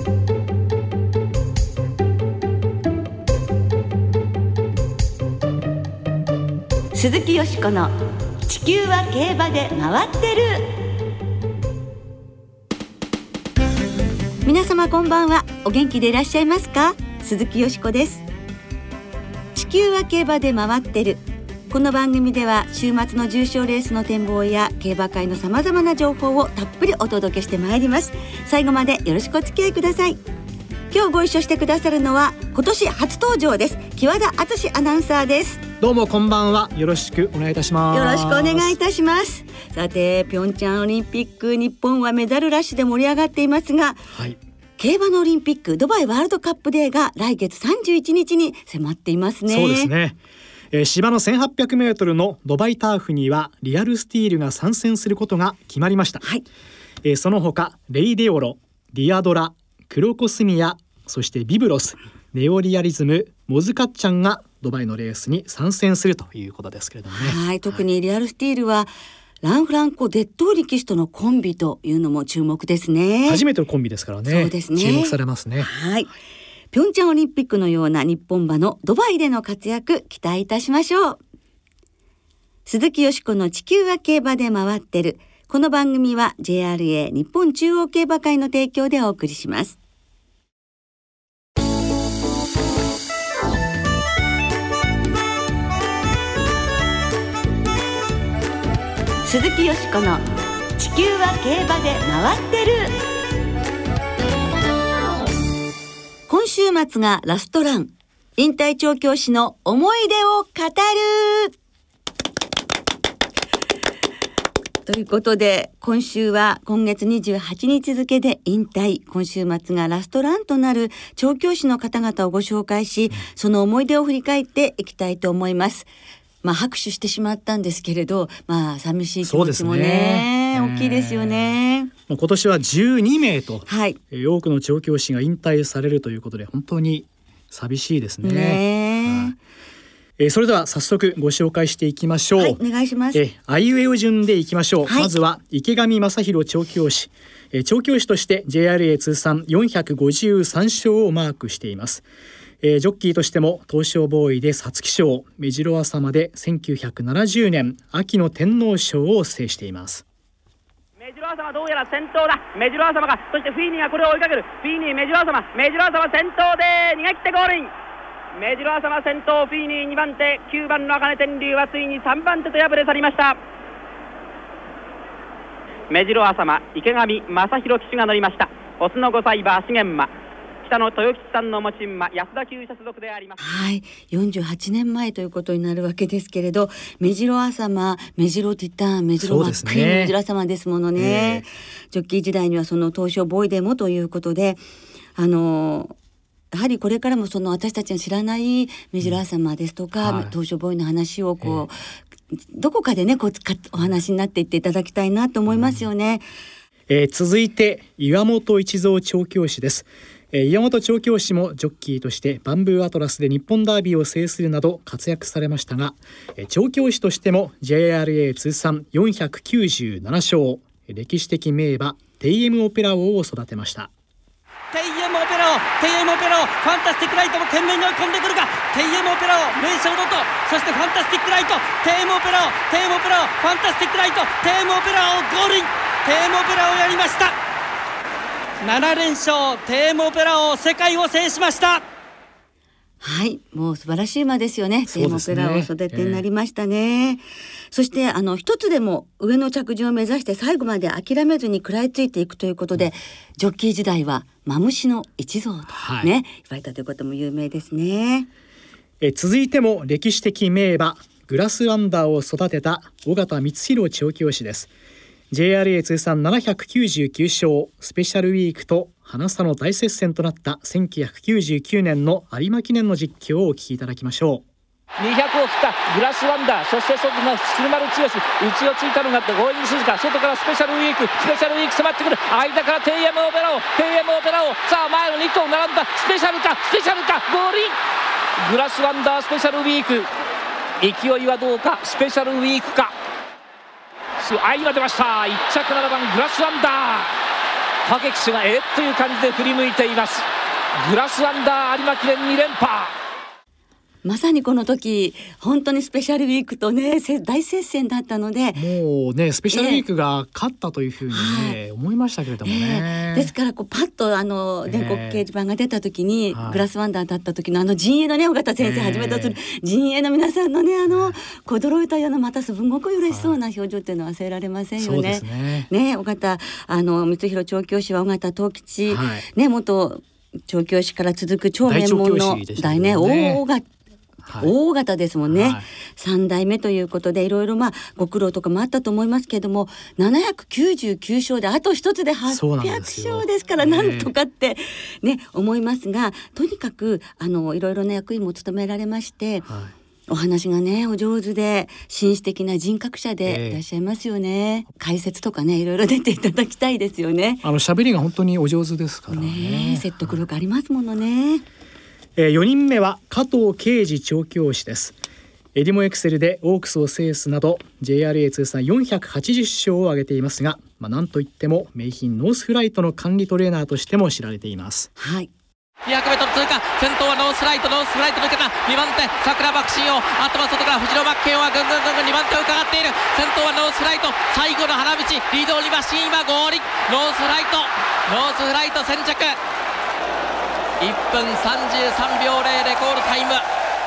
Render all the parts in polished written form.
鈴木よしこの地球は競馬で回ってる。皆様こんばんは。お元気でいらっしゃいますか？鈴木よしこです。地球は競馬で回ってる。この番組では週末の重賞レースの展望や競馬界のさまざまな情報をたっぷりお届けしてまいります。最後までよろしくお付き合いください。今日ご一緒してくださるのは今年初登場です。木和田敦アナウンサーです。 どうもこんばんは。よろしくお願いいたします。 よろしくお願いいたします。さて、ピョンチャンオリンピック、日本はメダルラッシュで盛り上がっていますが、はい、競馬のオリンピックドバイワールドカップデーが来月31日に迫っていますね。 そうですね。芝の1800メートルのドバイターフにはリアルスティールが参戦することが決まりました。はい、その他レイデオロ、ディアドラ、クロコスミア、そしてビブロス、ネオリアリズム、モズカッチャンがドバイのレースに参戦するということですけれどもね。 はい、特にリアルスティールはランフランコ・デッドーリ騎手とのコンビというのも注目ですね。 初めてのコンビですからね。 そうですね、 注目されますね。 はい、ピョンチャンオリンピックのような日本馬のドバイでの活躍期待いたしましょう。鈴木よしこの地球は競馬で回ってる。この番組は JRA 日本中央競馬会の提供でお送りします。鈴木よしこの地球は競馬で回ってる。今週末がラストラン。引退調教師の思い出を語るということで、今週は今月28日付で引退、今週末がラストランとなる調教師の方々をご紹介し、その思い出を振り返っていきたいと思います。拍手してしまったんですけれど、寂しい気持ちもね、大きいですよね。 今年は12名と、 はい、 多くの調教師が引退されるということで本当に寂しいですね。それでは早速ご紹介していきましょう。 はい、お願いします。 あいうえお順でいきましょう。はい、まずは池上正弘調教師。調教師として JRA 通算453勝をマークしています。ジョッキーとしても東証ボーイで皐月賞、目白朝まで1970年秋の天皇賞を制しています。 目白朝はどうやら先頭だ。目白朝が、そしてフィーニーがこれを追いかける。フィーニー、目白朝は先頭で逃げ切ってゴールイン。目白朝は先頭、フィーニー2番手、9番の茜天竜はついに3番手と敗れ去りました。目白朝は池上正弘騎手が乗りました。オスの5歳馬資源馬、北野豊吉さんの持ち馬、安田厩舎所属であります。 はい、48年前ということになるわけですけれど、目白朝間、目白ティターン、目白マックイーン、目白朝間ですものね。ジョッキー時代にはその東証ボーイでもということで、やはりこれからもその私たちの知らない目白朝間ですとか、東証ボーイの話をどこかでねお話になっていっていただきたいなと思いますよね。 続いて岩本一蔵調教師です。岩本調教師もジョッキーとしてバンブーアトラスで日本ダービーを制するなど活躍されましたが、調教師としても JRA 通算497勝、歴史的名馬テイエムオペラ王を育てました。 テイエムオペラ王、ファンタスティックライトも懸命に追い込んでくるが、テイエムオペラ王、名将のと、そしてファンタスティックライト、テイエムオペラ王、ファンタスティックライト、テイエムオペラ王ゴールイン。テイエムオペラをやりました。7連勝、テイエムオペラ王世界を制しました。 はい、もう素晴らしい馬ですよね。テイエムオペラを育てになりましたね。そして一つでも上の着順を目指して最後まで諦めずに食らいついていくということで、ジョッキー時代はマムシの一蔵と言われたということも有名ですね。 続いても歴史的名馬グラスワンダーを育てた尾形光弘調教師です。JRA 通算799勝、スペシャルウィークと花差の大接戦となった1999年の有馬記念の実況をお聞きいただきましょう。 200を切ったグラスワンダー、そして外の鶴丸剛、内をついたのが大泉鈴鹿、外からスペシャルウィーク迫ってくる。間からテイエムオペラ王、さあ前の2頭並んだ。スペシャルかゴールイン。グラスワンダースペシャルウィーク、勢いはどうか。スペシャルウィークか。愛が出ました。1着7番グラスワンダー。 武騎手がという感じで振り向いています。グラスワンダー有馬記念2連覇。 まさにこの時本当にスペシャルウィークとね大接戦だったので、 もうねスペシャルウィークが勝ったというふうにね、思いましたけれどもね、 ですからパッと全国掲示板が出た時に、グラスワンダーだった時の陣営のね尾形先生はじめとする陣営の皆さんのね驚いたようなまたすごく嬉しそうな表情っていうのは忘れられませんよね。 そうですね。 ね尾形光弘調教師は尾形藤吉、ね元調教師から続く超名門の大ね大型ですもんね、3代目ということでいろいろご苦労とかもあったと思いますけれども、799勝であと一つで800勝ですからなんとかってね思いますが、とにかくいろいろな役員も務められまして、お話がねお上手で紳士的な人格者でいらっしゃいますよね。解説とかねいろいろ出ていただきたいですよね。 喋りが本当にお上手ですからね。 説得力ありますものね。 4人目は加藤啓二調教師です。エディモエクセルでオークスを制すなど JRA 通算480勝を挙げていますが、なんといっても名品ノースフライトの管理トレーナーとしても知られています。 200m 通過、先頭はノースフライト抜けた2番手桜爆心を、あとは外から藤野真剣はぐんぐん2番手を伺っている。先頭はノースフライト、最後の花道リードを2馬身今合輪、ノースフライト先着1分33秒0レコードタイム。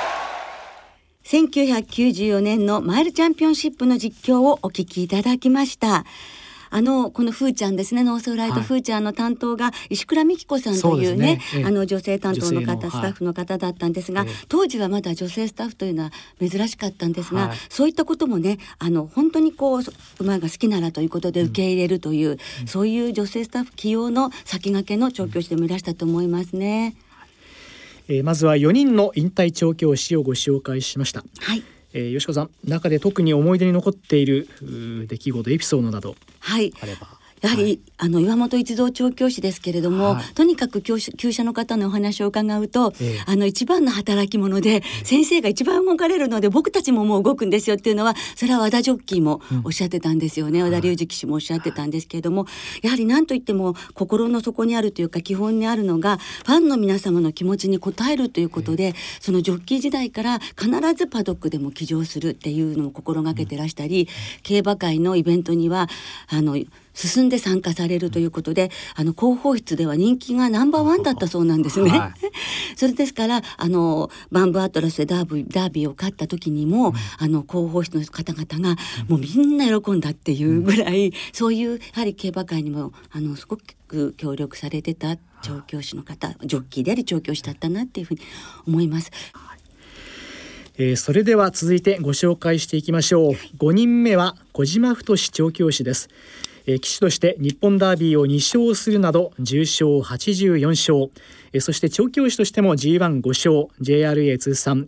1994年のマイルチャンピオンシップの実況をお聞きいただきました。このふーちゃんですね、ノースフライトふーちゃんの担当が石倉美希子さんというね、女性担当の方、スタッフの方だったんですが、当時はまだ女性スタッフというのは珍しかったんですが、そういったこともね本当に馬が好きならということで受け入れるという、そういう女性スタッフ起用の先駆けの調教師でもいらしたと思いますね。 まずは4人の引退調教師をご紹介しました。吉川さん、中で特に思い出に残っている出来事エピソードなどあれば。 やはり、岩本一蔵調教師ですけれども、とにかく厩舎の方のお話を伺うと、一番の働き者で、先生が一番動かれるので僕たちももう動くんですよっていうのは、それは和田ジョッキーもおっしゃってたんですよね。和田隆二騎手もおっしゃってたんですけれども、やはり何といっても心の底にあるというか基本にあるのがファンの皆様の気持ちに応えるということで、そのジョッキー時代から必ずパドックでも騎乗するっていうのを心がけてらしたり、競馬会のイベントには進んで参加されるということで、広報室では人気がナンバーワンだったそうなんですね。それですからバンブアトラスでダービーを勝った時にも、広報室の方々がもうみんな喜んだっていうぐらい、そういうやはり競馬界にもすごく協力されてた調教師の方、ジョッキーであり調教師だったなっていうふうに思います。 それでは続いてご紹介していきましょう。5人目は小島太調教師です。騎手として日本ダービーを2勝するなど10勝84勝、そして調教師としても G15 勝 JRA 通算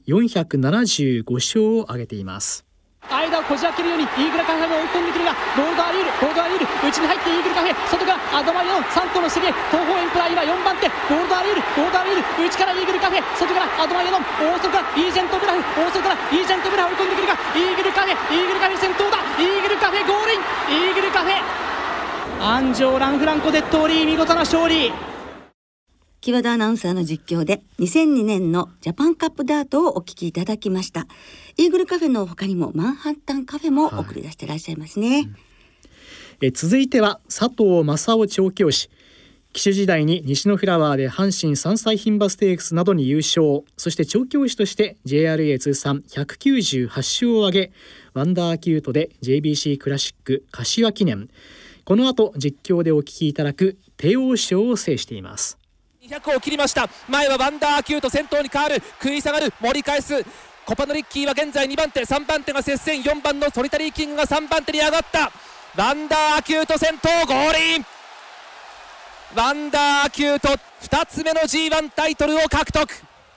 475勝を挙げています。 間をこじ開けるようにイーグルカフェも追い込んでくるが、ゴールドアリール内に入ってイーグルカフェ、外からアドマリオの3頭の競り合い、東方エンプラー今4番手ゴールドアリール内からイーグルカフェ、外からアドマリオの大外からイージェントブラフ、大外からイージェントブラフ追い込んでくるが、イーグルカフェ先頭だ、イーグルカフェゴールイン、イーグルカフェ安城ランフランコデッドオリー見事な勝利。 木和田アナウンサーの実況で2002年のジャパンカップダートをお聞きいただきました。イーグルカフェの他にもマンハッタンカフェも送り出していらっしゃいますね。 続いては佐藤正夫調教師。騎手時代に西のフラワーで阪神3歳牝馬ステークスなどに優勝、そして調教師として JRA 通算198勝を挙げ、ワンダーキュートで JBC クラシック柏記念、この後実況でお聞きいただく帝王賞を制しています。 200を切りました。前はワンダーキュート先頭に変わる、食い下がる、盛り返す。コパノリッキーは現在2番手、3番手が接戦、4番のソリタリーキングが3番手に上がった。ワンダーキュート先頭合輪、ワンダーキュート2つ目の G1 タイトルを獲得。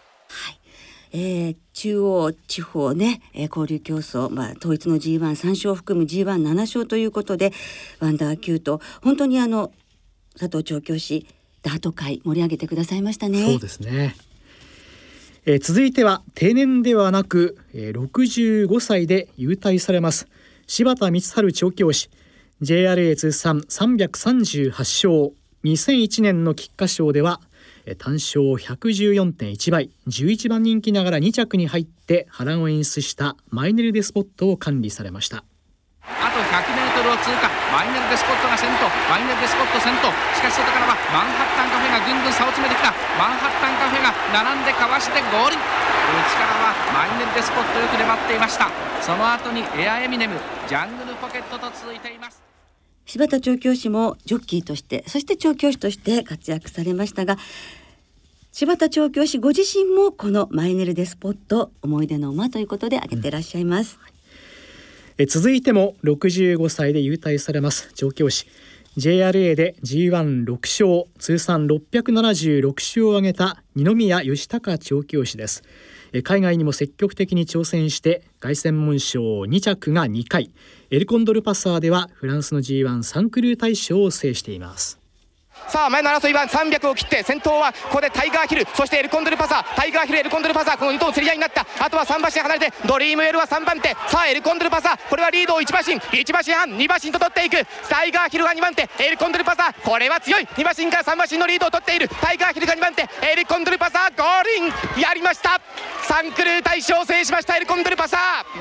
中央地方ね、交流競争、統一の G13 勝を含む G17 勝ということで、ワンダーキュート本当に佐藤調教師ダート界盛り上げてくださいましたね。 そうですね。続いては定年ではなく、65歳で勇退されます柴田光晴調教師。 JRA 通算338勝 2001年の菊花賞では単勝 114.1 倍11番人気ながら2着に入って波乱を演出したマイネルデスポットを管理されました。 あと 100m を通過、マイネルデスポットが先頭、マイネルデスポット先頭。しかし外からはマンハッタンカフェがぐんぐん差を詰めてきた。マンハッタンカフェが並んでかわして合輪。内からはマイネルデスポットよく粘っていました。その後にエアエミネム、ジャングルポケットと続いています。 柴田調教師もジョッキーとして、そして調教師として活躍されましたが、柴田調教師ご自身もこのマイネルデスポット思い出の馬ということで挙げていらっしゃいます。 続いても65歳で勇退されます調教師、 JRA で G16 勝通算676勝を挙げた二宮義孝調教師です。海外にも積極的に挑戦して凱旋門賞2着が2回、エルコンドルパサーではフランスの G1 サンクルー大賞を制しています。 さあ前の争いは300を切って、先頭はここでタイガーヒル、そしてエルコンドルパサー、タイガーヒル、エルコンドルパサー、この2頭競り合いになった。あとは3馬身離れてドリームエルは3番手。さあエルコンドルパサー、これはリードを1馬身半2馬身と取っていく。タイガーヒルが2番手、エルコンドルパサー、これは強い。2馬身から3馬身のリードを取っている。タイガーヒルが2番手、エルコンドルパサーゴールイン、やりました。サンクルー大賞を制しましたエルコンドルパサー。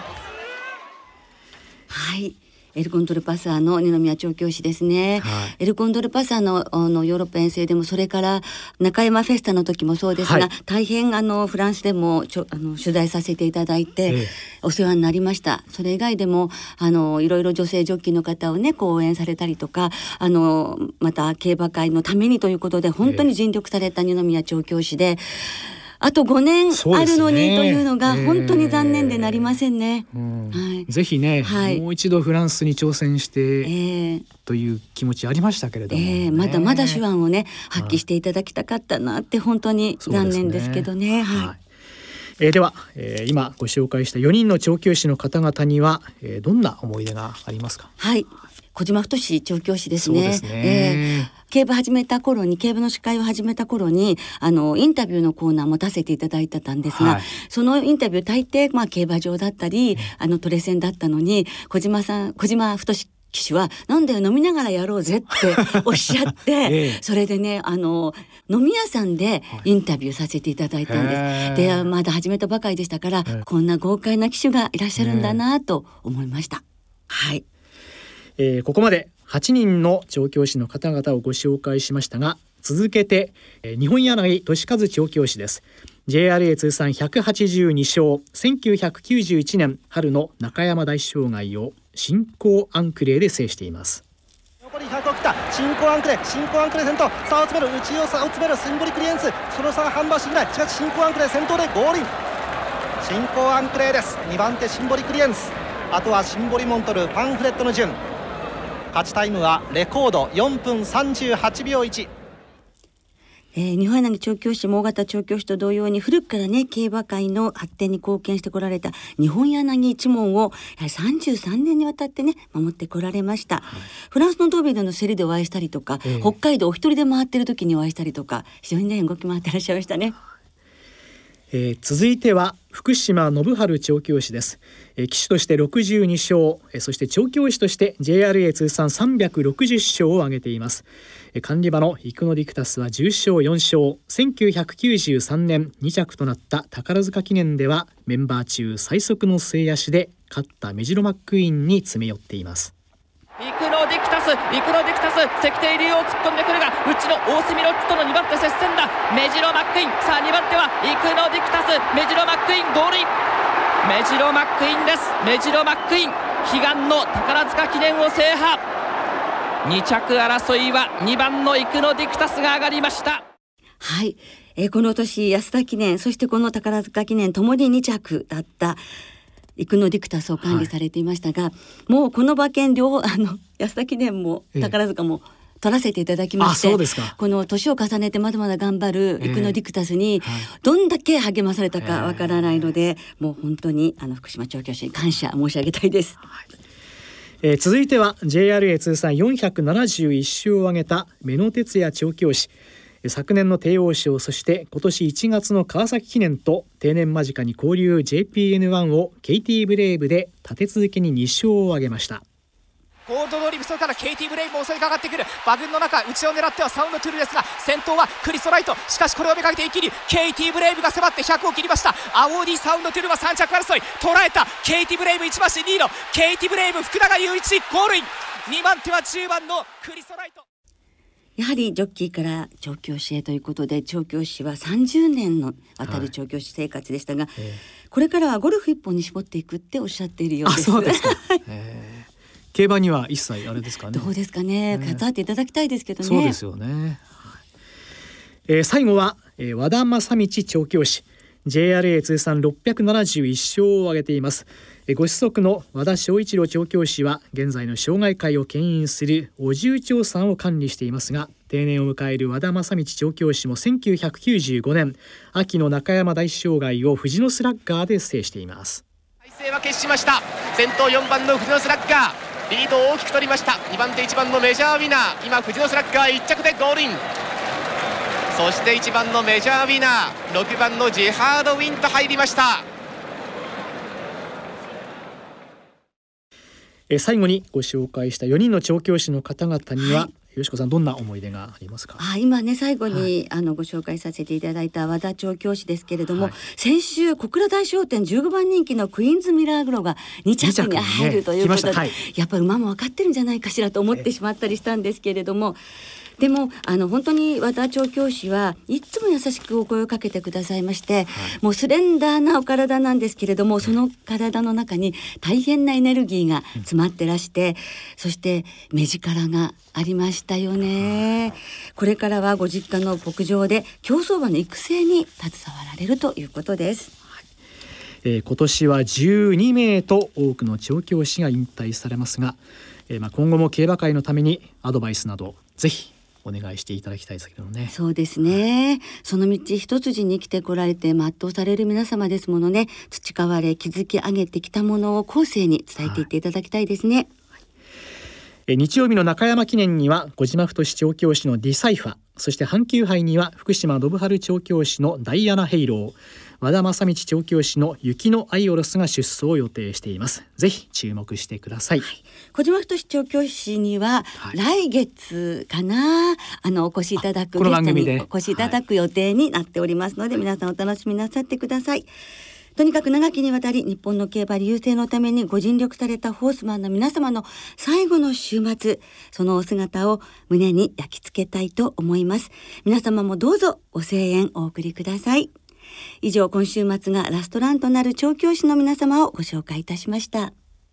はい、エルコンドルパサーの二宮調教師ですね、エルコンドルパサーのヨーロッパ遠征でも、それから中山フェスタの時もそうですが、大変フランスでも取材させていただいて、お世話になりました。それ以外でもいろいろ女性ジョッキーの方をね応援されたりとか、また競馬会のためにということで本当に尽力された二宮調教師で、あと5年あるのにというのが本当に残念でなりませんね。 ぜひね、もう一度フランスに挑戦して、という気持ちありましたけれども、 まだまだ手腕をね発揮していただきたかったなって本当に残念ですけどね。 では、今ご紹介した4人の調教師の方々には、どんな思い出がありますか？ 小島太調教師ですね。競馬始めた頃に、競馬の司会を始めた頃にインタビューのコーナーも出せていただいてたんですが、そのインタビュー大抵、競馬場だったりトレセンだったのに、小島太騎手はなんだよ飲みながらやろうぜっておっしゃって、それでね飲み屋さんでインタビューさせていただいたんです。でまだ始めたばかりでしたから、こんな豪快な騎手がいらっしゃるんだなと思いました。 ここまで8人の調教師の方々をご紹介しましたが、続けて日本柳俊和調教師です。 JRA 通算182勝、1991年春の中山大障害を新興アンクレーで制しています。 残り100を切った新興アンクレ先頭、差を詰める、内を差を詰めるシンボリクリエンス、その差は半馬身ない。しかし新興アンクレ先頭でゴールイン。新興アンクレです。2番手シンボリクリエンス、あとはシンボリモントル、パンフレットの順。勝ちタイムはレコード4分38秒1。 日本柳調教師も大型調教師と同様に、古くからね競馬界の発展に貢献してこられた日本柳一門をやはり33年にわたってね守ってこられました。フランスのドービーでの競りでお会いしたりとか、北海道お一人で回ってる時にお会いしたりとか、非常にね動き回ってらっしゃいましたね。 続いては福島信春調教師です。騎手として62勝、そして調教師として JRA 通算360勝を挙げています。管理馬のイクノディクタスは10勝4勝、1993年2着となった宝塚記念ではメンバー中最速の末脚で勝ったメジロマックイーンに詰め寄っています。 イクノディクタス、石庭竜を突っ込んでくるが、うちの大隅ロックとの2番手接戦だ。メジロマックイン、さあ2番手はイクノディクタス、メジロマックインゴールイン。メジロマックインです。メジロマックイン、悲願の宝塚記念を制覇。2着争いは2番のイクノディクタスが上がりました。 この年安田記念、そしてこの宝塚記念ともに2着だったイクノディクタスを管理されていましたが、もうこの馬券両方安田記念も宝塚も取らせていただきまして、この年を重ねてまだまだ頑張るイクノディクタスにどんだけ励まされたかわからないので、もう本当に福島調教師に感謝申し上げたいです。 続いては JRA 通算471勝を挙げた目野哲也調教師。昨年の帝王賞、そして今年1月の川崎記念と定年間近に交流 JPN1 をケイティブレイブで立て続けに2勝を挙げました。 ゴールドドリム、それからケイティブレイブも襲いかかってくる。馬群の中内を狙ってはサウンドトゥルですが、先頭はクリストライト。しかしこれをめかけて一気にケイティブレイブが迫って100を切りました。アオーディサウンドトゥルは3着争い捉えた。ケイティブレイブ1馬身リード。ケイティブレイブ福永雄一ゴールイン。2番手は10番のクリストライト。 やはりジョッキーから調教師へということで、調教師は30年の渡る調教師生活でしたが、これからはゴルフ一本に絞っていくっておっしゃっているようです。 そうですか。競馬には一切あれですかね。 どうですかね。関わっていただきたいですけどね。 そうですよね。最後は、和田正道調教師。JRA 通算671勝を挙げています。ご子息の和田正一郎調教師は現在の生涯界を牽引するお重長さんを管理していますが、定年を迎える和田正道調教師も1995年秋の中山大障害を富士のスラッガーで制しています。 体勢は決しました。先頭4番の富士のスラッガーリードを大きく取りました。2番手1番のメジャーウィナー、今富士のスラッガー1着でゴールイン。そして1番のメジャーウィナー、6番のジェハードウィンと入りました。 最後にご紹介した4人の調教師の方々には、よしこさんどんな思い出がありますか？ 今ね最後に、ご紹介させていただいた和田調教師ですけれども、先週小倉大商店15番人気のクイーンズミラーグロが2着に入るということで、やっぱり馬も分かってるんじゃないかしらと思ってしまったりしたんですけれども、でも本当に和田調教師はいつも優しくお声をかけてくださいまして、もうスレンダーなお体なんですけれども、その体の中に大変なエネルギーが詰まってらして、そして目力がありましたよね。これからはご実家の牧場で競走馬の育成に携わられるということです。 今年は12名と多くの調教師が引退されますが、今後も競馬界のためにアドバイスなどぜひお願いしていただきたいですけどね。 そうですね、その道一筋に生きてこられて全うされる皆様ですものね。培われ築き上げてきたものを後世に伝えていっていただきたいですね。 日曜日の中山記念には小島太調教師のディサイファ、そして阪急杯には福島信春調教師のダイアナヘイロー、和田正道調教師の雪のアイオロスが出走を予定しています。ぜひ注目してください。 小島太調教師には、来月かなお越しいただく、 この番組でお越しいただく予定になっておりますので、皆さんお楽しみなさってください。とにかく長きにわたり日本の競馬隆盛のためにご尽力されたホースマンの皆様の最後の週末、そのお姿を胸に焼き付けたいと思います。皆様もどうぞご声援お送りください。以上、今週末がラストランとなる調教師の皆様をご紹介いたしました。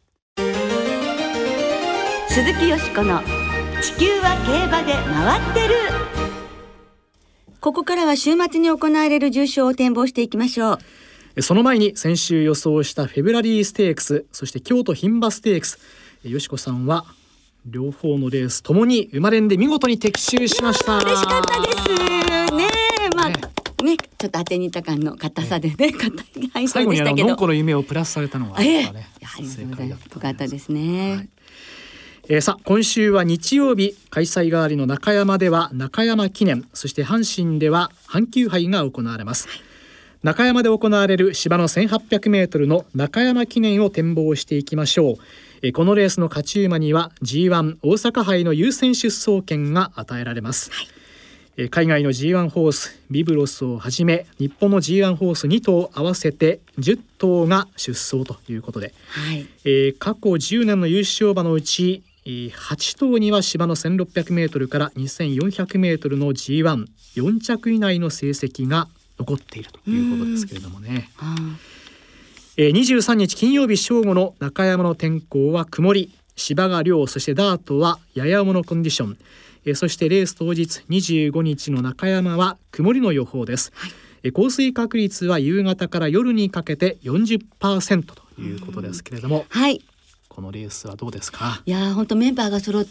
鈴木よしこの地球は競馬で回ってる。ここからは週末に行われる重賞を展望していきましょう。 その前に先週予想したフェブラリーステークス、そして京都牝馬ステークス、よしこさんは両方のレースともに馬連で見事に的中しました。 嬉しかったですね。ちょっと当てにいった感の硬さでね、 最後にのんこの夢をプラスされたのは、 やはり正解だった。よかったですね。 さあ今週は日曜日開催代わりの中山では中山記念、そして阪神では阪急杯が行われます。中山で行われる芝の 1800m の中山記念を展望していきましょう。このレースの勝ち馬には G1 大阪杯の優先出走権が与えられます。海外の G1 ホースビブロスをはじめ日本の G1 ホース2頭合わせて10頭が出走ということで、過去10年の優勝馬のうち8頭には芝の 1600m から 2400m の G14 着以内の成績が残っているということですけれどもね。23日金曜日正午の中山の天候は曇り、芝が涼、そしてダートはやや重のコンディション。そしてレース当日25日の中山は曇りの予報です。降水確率は夕方から夜にかけて 40% ということですけれども、このレースはどうですか？ いや本当メンバーが揃って、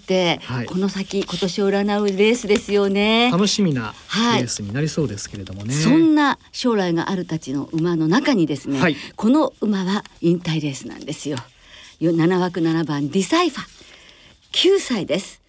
この先今年を占うレースですよね。 楽しみなレースになりそうですけれどもね。 そんな将来があるたちの馬の中にですね、この馬は引退レースなんですよ。7枠7番ディサイファ、9歳です。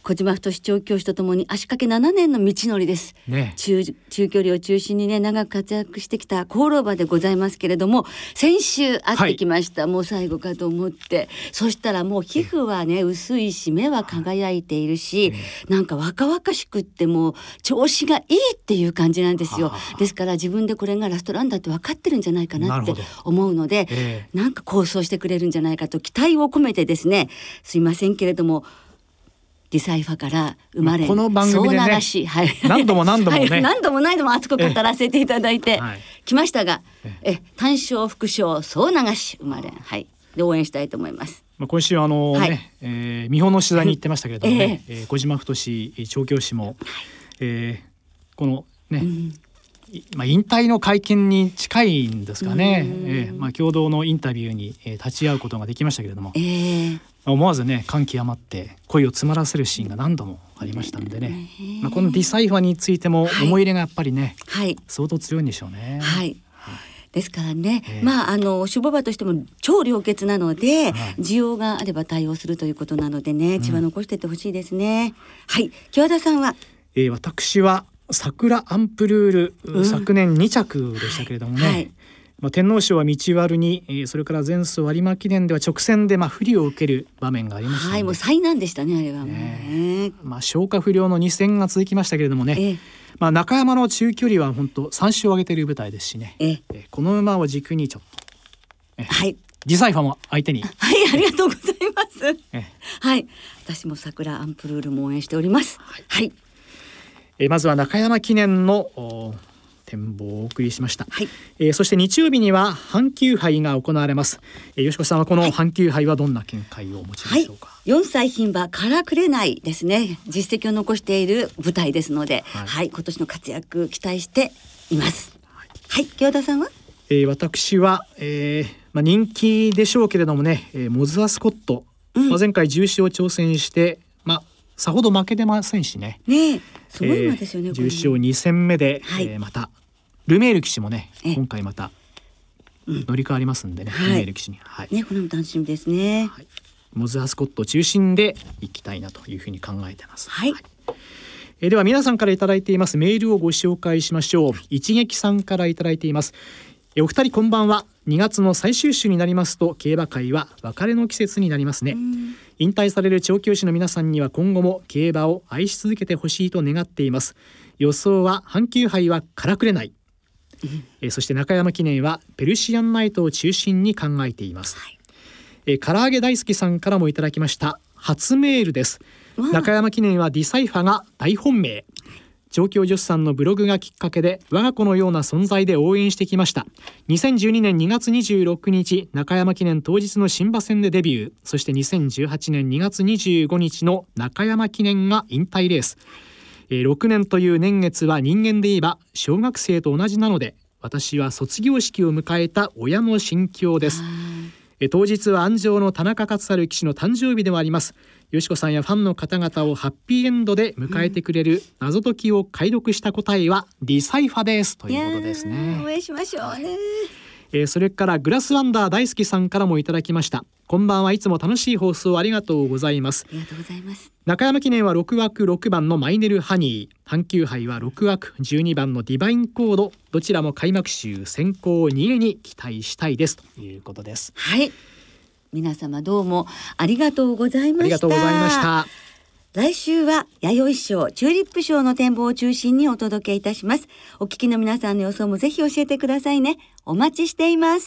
小島太調教師とともに足掛け7年の道のりです、 ね、 中距離を中心にね長く活躍してきた功労馬でございますけれども、先週会ってきました、もう最後かと思って、そしたらもう皮膚はね薄いし目は輝いているし、なんか若々しくってもう調子がいいっていう感じなんですよ。ですから自分でこれがラストランだって分かってるんじゃないかなって思うので、なんか構想してくれるんじゃないかと期待を込めてですね、すいませんけれどもディサイファから生まれ、 この番組でね、 はい、 何度もね、 はい、何度も熱く語らせていただいてきましたが、単勝副賞総流し生まれ、はい、で応援したいと思います。 今週見本の取材に行ってましたけれどもね、小島太調教師も、このね、引退の会見に近いんですかね、共同のインタビューに立ち会うことができましたけれども、思わずね感極まって声を詰まらせるシーンが何度もありましたんでね、このディサイファについても思い入れがやっぱりね、相当強いんでしょうね。 ですからね、種牡馬としても超良血なので、需要があれば対応するということなのでね、血は残していってほしいですね。はい、京和田さんは、 私は桜アンプルール、昨年2着でしたけれどもね、天皇賞は道悪に、それから前走有馬記念では直線で不利を受ける場面がありましたので、 もう災難でしたねあれはもうね、 消化不良の2戦が続きましたけれどもね、中山の中距離は本当3勝を挙げている舞台ですしね、この馬を軸にちょっと、ディサイファも相手に、 ありがとうございます、私も桜アンプルールも応援しております。 まずは中山記念の展望をお送りしました、そして日曜日には阪急杯が行われます。よしこさんはこの阪急杯はどんな見解をお持ちでしょうか。 4歳牝馬からくれないですね、実績を残している舞台ですので、今年の活躍期待しています。京田さんは、 私は、人気でしょうけれどもね、モズアスコット、前回重賞挑戦してさほど負けてませんしね、 すごい馬ですよね。 重賞2戦目で、またルメール騎手もね、今回また乗り換わりますんでね、ルメール騎手に、 これも楽しみですね。 モズアスコット中心でいきたいなというふうに考えてます。では皆さんからいただいていますメールをご紹介しましょう。一撃さんからいただいています。お二人こんばんは。2月の最終週になりますと競馬界は別れの季節になりますね。引退される調教師の皆さんには今後も競馬を愛し続けてほしいと願っています。予想は阪急杯はからくれない、そして中山記念はペルシアンナイトを中心に考えています。唐揚げ大好きさんからもいただきました初メールです。中山記念はディサイファが大本命。調教助手さんのブログがきっかけで我が子のような存在で応援してきました。2012年2月26日中山記念当日の新馬戦でデビュー、そして2018年2月25日の中山記念が引退レース。6年という年月は人間で言えば小学生と同じなので、私は卒業式を迎えた親の心境です。当日は安城の田中勝春騎手の誕生日でもあります。よしこさんやファンの方々をハッピーエンドで迎えてくれる謎解きを解読した答えはディサイファですということですね。 応援しましょうね。 それからグラスワンダー大好きさんからもいただきました。こんばんはいつも楽しい放送ありがとうございます。 ありがとうございます。 中山記念は6枠6番のマイネルハニー、阪急杯は6枠12番のディバインコード、どちらも開幕週先行2位に期待したいですということです。 皆様どうもありがとうございました。 ありがとうございました。 来週は弥生賞チューリップ賞の展望を中心にお届けいたします。お聞きの皆さんの予想もぜひ教えてくださいね。お待ちしています。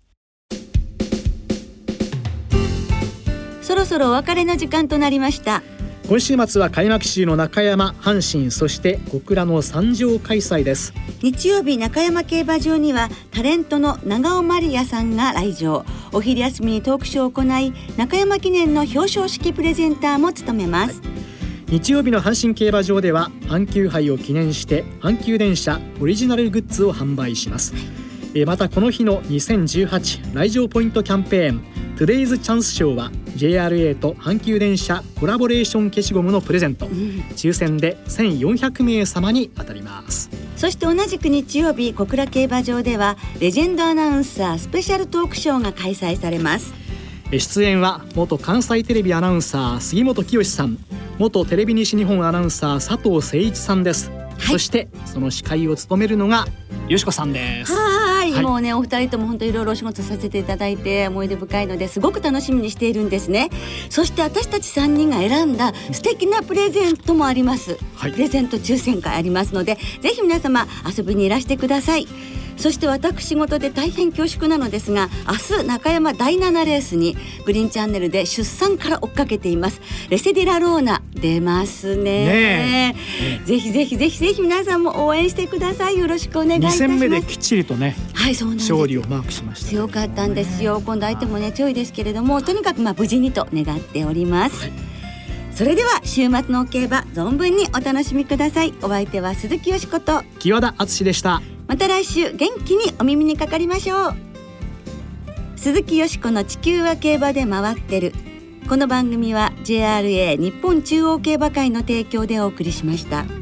そろそろお別れの時間となりました。 今週末は開幕週の中山、阪神、そして小倉の3場開催です。 日曜日中山競馬場にはタレントの長尾まりやさんが来場。お昼休みにトークショーを行い、中山記念の表彰式プレゼンターも務めます。 日曜日の阪神競馬場では阪急杯を記念して阪急電車オリジナルグッズを販売します。またこの日の2018来場ポイントキャンペーントゥデイズチャンス賞は JRA と阪急電車コラボレーション消しゴムのプレゼント、抽選で1400名様に当たります。 そして同じく日曜日小倉競馬場ではレジェンドアナウンサースペシャルトークショーが開催されます。 出演は元関西テレビアナウンサー杉本清さん、元テレビ西日本アナウンサー佐藤誠一さんです、そしてその司会を務めるのがよしこさんです。 はい、もうねお二人とも本当いろいろお仕事させていただいて思い出深いのですごく楽しみにしているんですね。そして私たち3人が選んだ素敵なプレゼントもあります、プレゼント抽選会ありますので、ぜひ皆様遊びにいらしてください。そして私事で大変恐縮なのですが、明日中山第7レースにグリーンチャンネルで出産から追っかけていますレセディラローナ出ますね。ぜひぜひぜひぜひ皆さんも応援してください。よろしくお願いいたします。 2戦目できっちりとね、 はい、そうなんです。 勝利をマークしました。 強かったんですよ。今度相手もね強いですけれども、とにかく無事にと願っております、それでは週末の競馬存分にお楽しみください。お相手は鈴木よしこと木和田敦でした。 また来週元気にお耳にかかりましょう。鈴木よしこの地球は競馬で回ってる。この番組は JRA 日本中央競馬会の提供でお送りしました。